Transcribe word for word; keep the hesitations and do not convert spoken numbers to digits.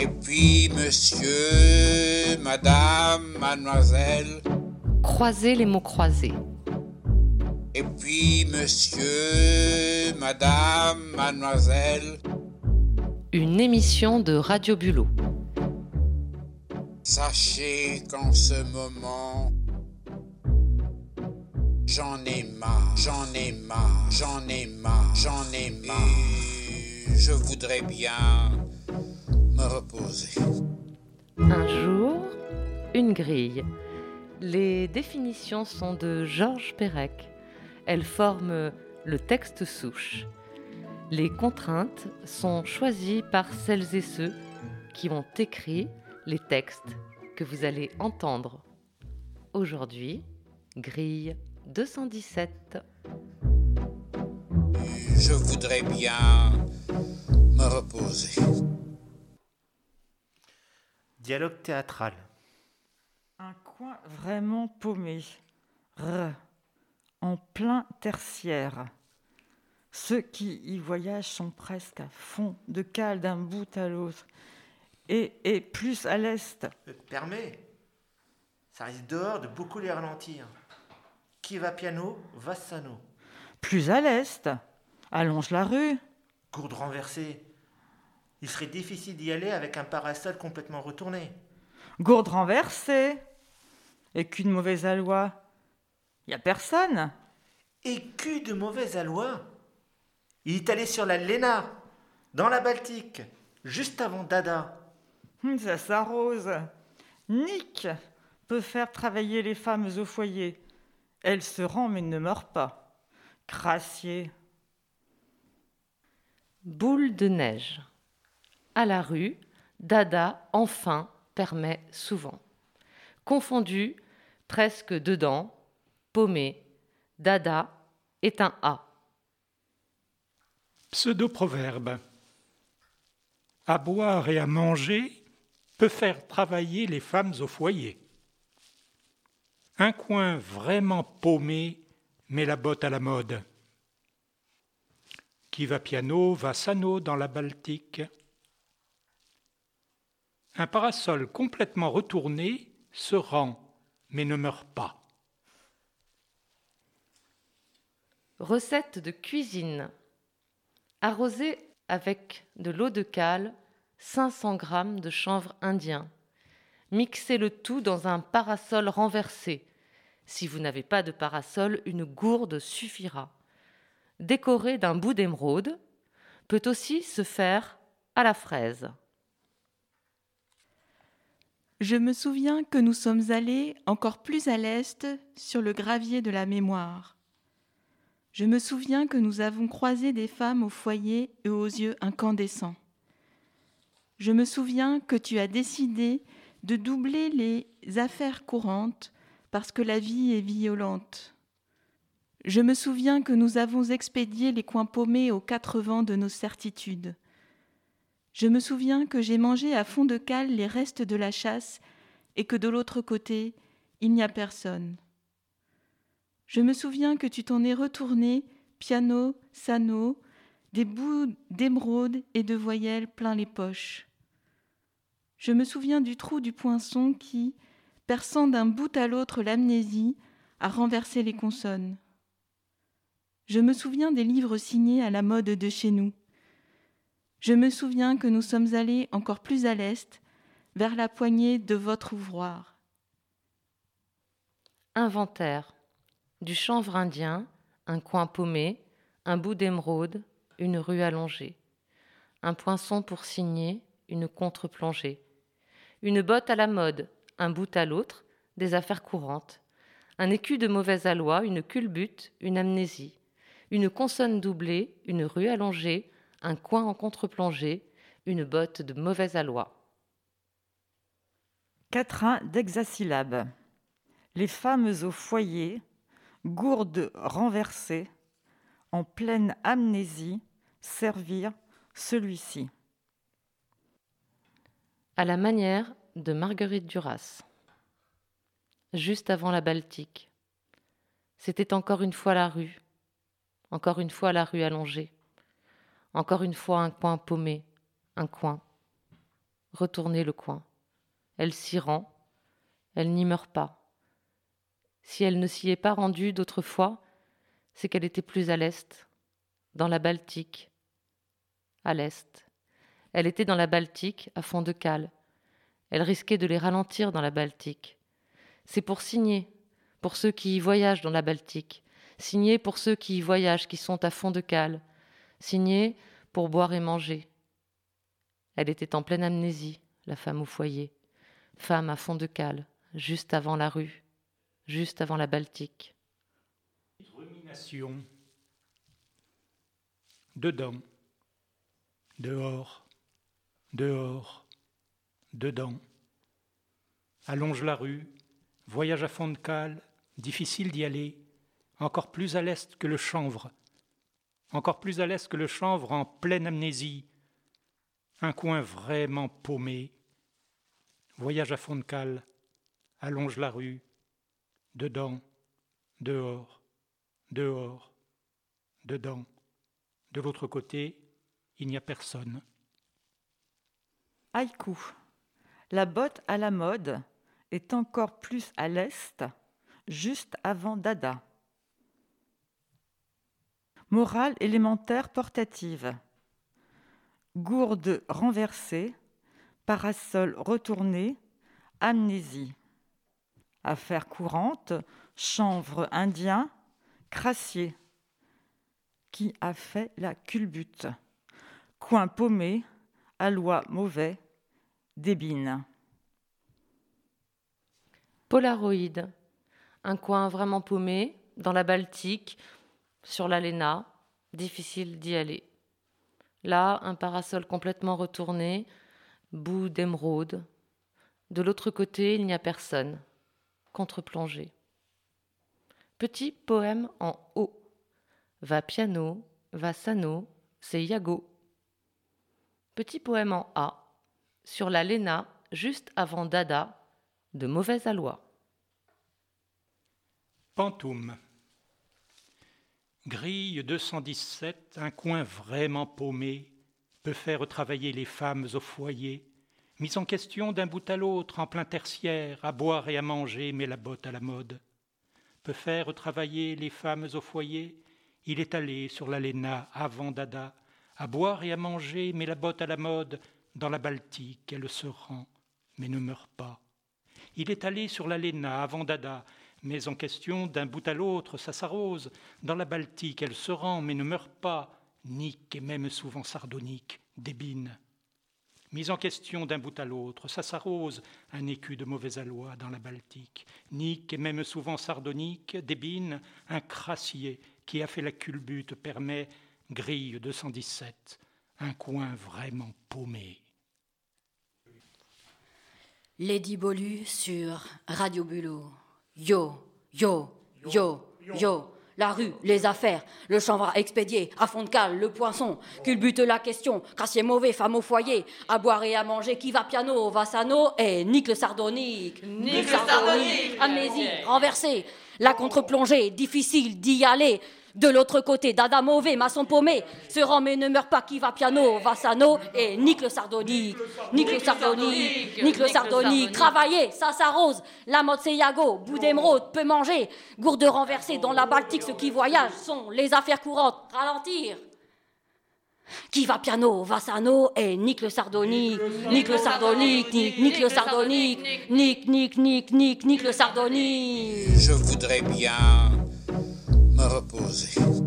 Et puis monsieur, madame, mademoiselle. Croisez les mots croisés. Et puis monsieur, madame, mademoiselle. Une émission de Radio Bulot. Sachez qu'en ce moment, j'en ai marre, j'en ai marre, j'en ai marre, j'en ai marre. Et je voudrais bien me reposer. Un jour, une grille. Les définitions sont de Georges Perec. Elles forment le texte souche. Les contraintes sont choisies par celles et ceux qui ont écrit les textes que vous allez entendre. Aujourd'hui, grille deux cent dix-sept. Je voudrais bien me reposer. Dialogue théâtral. Un coin vraiment paumé. R. En plein tertiaire. Ceux qui y voyagent sont presque à fond de cale d'un bout à l'autre. Et, et plus à l'est. Euh, permet. Ça risque dehors de beaucoup les ralentir. Qui va piano, va sano. Plus à l'est. Allonge la rue. Gourde renversée. Il serait difficile d'y aller avec un parasol complètement retourné. Gourde renversée. Et qu'une mauvaise aloi. Y a personne. Et cul de mauvaise aloi. Il est allé sur la Léna, dans la Baltique, juste avant Dada. Hum, ça s'arrose. Nick peut faire travailler les femmes au foyer. Elle se rend mais ne meurt pas. Crassier. Boule de neige. À la rue, Dada, enfin, permet souvent. Confondu, presque dedans, paumé, Dada est un A. Pseudo-proverbe. À boire et à manger peut faire travailler les femmes au foyer. Un coin vraiment paumé met la botte à la mode. Qui va piano va sano dans la Baltique. Un parasol complètement retourné se rend, mais ne meurt pas. Recette de cuisine. Arroser avec de l'eau de cale cinq cents grammes de chanvre indien. Mixez le tout dans un parasol renversé. Si vous n'avez pas de parasol, une gourde suffira. Décoré d'un bout d'émeraude, peut aussi se faire à la fraise. Je me souviens que nous sommes allés encore plus à l'est sur le gravier de la mémoire. Je me souviens que nous avons croisé des femmes au foyer et aux yeux incandescents. Je me souviens que tu as décidé de doubler les affaires courantes parce que la vie est violente. Je me souviens que nous avons expédié les coins paumés aux quatre vents de nos certitudes. Je me souviens que j'ai mangé à fond de cale les restes de la chasse et que de l'autre côté, il n'y a personne. Je me souviens que tu t'en es retourné, piano, sano, des bouts d'émeraude et de voyelles plein les poches. Je me souviens du trou du poinçon qui, perçant d'un bout à l'autre l'amnésie, a renversé les consonnes. Je me souviens des livres signés à la mode de chez nous. Je me souviens que nous sommes allés encore plus à l'est, vers la poignée de votre ouvroir. Inventaire. Du chanvre indien, un coin paumé, un bout d'émeraude, une rue allongée. Un poinçon pour signer, une contre-plongée. Une botte à la mode, un bout à l'autre, des affaires courantes. Un écu de mauvaise aloi, une culbute, une amnésie. Une consonne doublée, une rue allongée, un coin en contre-plongée, une botte de mauvaise aloi. Quatrain d'hexasyllabes. Les femmes au foyer, gourde renversée, en pleine amnésie, servir celui-ci. À la manière de Marguerite Duras. Juste avant la Baltique. C'était encore une fois la rue, encore une fois la rue allongée, encore une fois un coin paumé, un coin. retourner le coin. Elle s'y rend, elle n'y meurt pas. Si elle ne s'y est pas rendue d'autrefois, c'est qu'elle était plus à l'est, dans la Baltique, à l'est. Elle était dans la Baltique, à fond de cale. Elle risquait de les ralentir dans la Baltique. C'est pour signer, pour ceux qui y voyagent dans la Baltique. Signer pour ceux qui y voyagent, qui sont à fond de cale. Signer pour boire et manger. Elle était en pleine amnésie, la femme au foyer. Femme à fond de cale, juste avant la rue, juste avant la Baltique. Rumination. Dedans, dehors, dehors, dedans. Allonge la rue, voyage à fond de cale, difficile d'y aller, encore plus à l'est que le chanvre, encore plus à l'est que le chanvre en pleine amnésie, un coin vraiment paumé. Voyage à fond de cale, allonge la rue, dedans, dehors, dehors, dedans. De l'autre côté, il n'y a personne. Haïku. La botte à la mode est encore plus à l'est, juste avant Dada. Morale élémentaire portative. Gourde renversée, parasol retourné, amnésie. Affaire courante, chanvre indien, crassier. Qui a fait la culbute? Coin paumé, aloi mauvais, débine. Polaroïde. Un coin vraiment paumé, dans la Baltique, sur la Léna, difficile d'y aller. Là, un parasol complètement retourné, bout d'émeraude. De l'autre côté, il n'y a personne. Contre-plongée. Petit poème en haut. Va piano, va sano, c'est Iago. Petit poème en A. Sur la Léna, juste avant Dada, de mauvaise aloi. Pantoum. Grille deux cent dix-sept, un coin vraiment paumé, peut faire travailler les femmes au foyer, mise en question d'un bout à l'autre, en plein tertiaire, à boire et à manger, mais la botte à la mode. Peut faire travailler les femmes au foyer, il est allé sur la Léna avant Dada, à boire et à manger, mais la botte à la mode, dans la Baltique, elle se rend, mais ne meurt pas. Il est allé sur la Léna avant Dada, mais en question d'un bout à l'autre, ça s'arrose. Dans la Baltique, elle se rend, mais ne meurt pas. Nique et même souvent sardonique, débine. Mise en question d'un bout à l'autre, ça s'arrose. Un écu de mauvaise aloi dans la Baltique. Nique et même souvent sardonique, débine. Un crassier qui a fait la culbute permet, grille deux cent dix-sept, un coin vraiment paumé. Lady Bolu sur Radio Bulot. Yo, yo, yo, yo, la rue, les affaires, le chanvre expédié, à fond de cale, le poinçon, culbute la question, crassier mauvais, femme au foyer, à boire et à manger, qui va piano, va sano, et nique le sardonique, nique le sardonique, amnésie, renversée, la contre-plongée, difficile d'y aller. De l'autre côté, Dada mauvais, maçon paumé, se rend mais ne meurt pas, qui va piano, va sano, et nique le sardonique, nique le sardonique, nique le sardonique, travailler, ça s'arrose, la mode c'est Iago, bout d'émeraude, peut manger, gourde renversée dans la Baltique, ceux qui voyagent sont les affaires courantes, ralentir. Qui va piano, va sano, et nique le sardonique, nique le sardonique, nique, nique le sardonique, nique, nique, nique, nique, nique le sardonique. Je voudrais bien me reposer.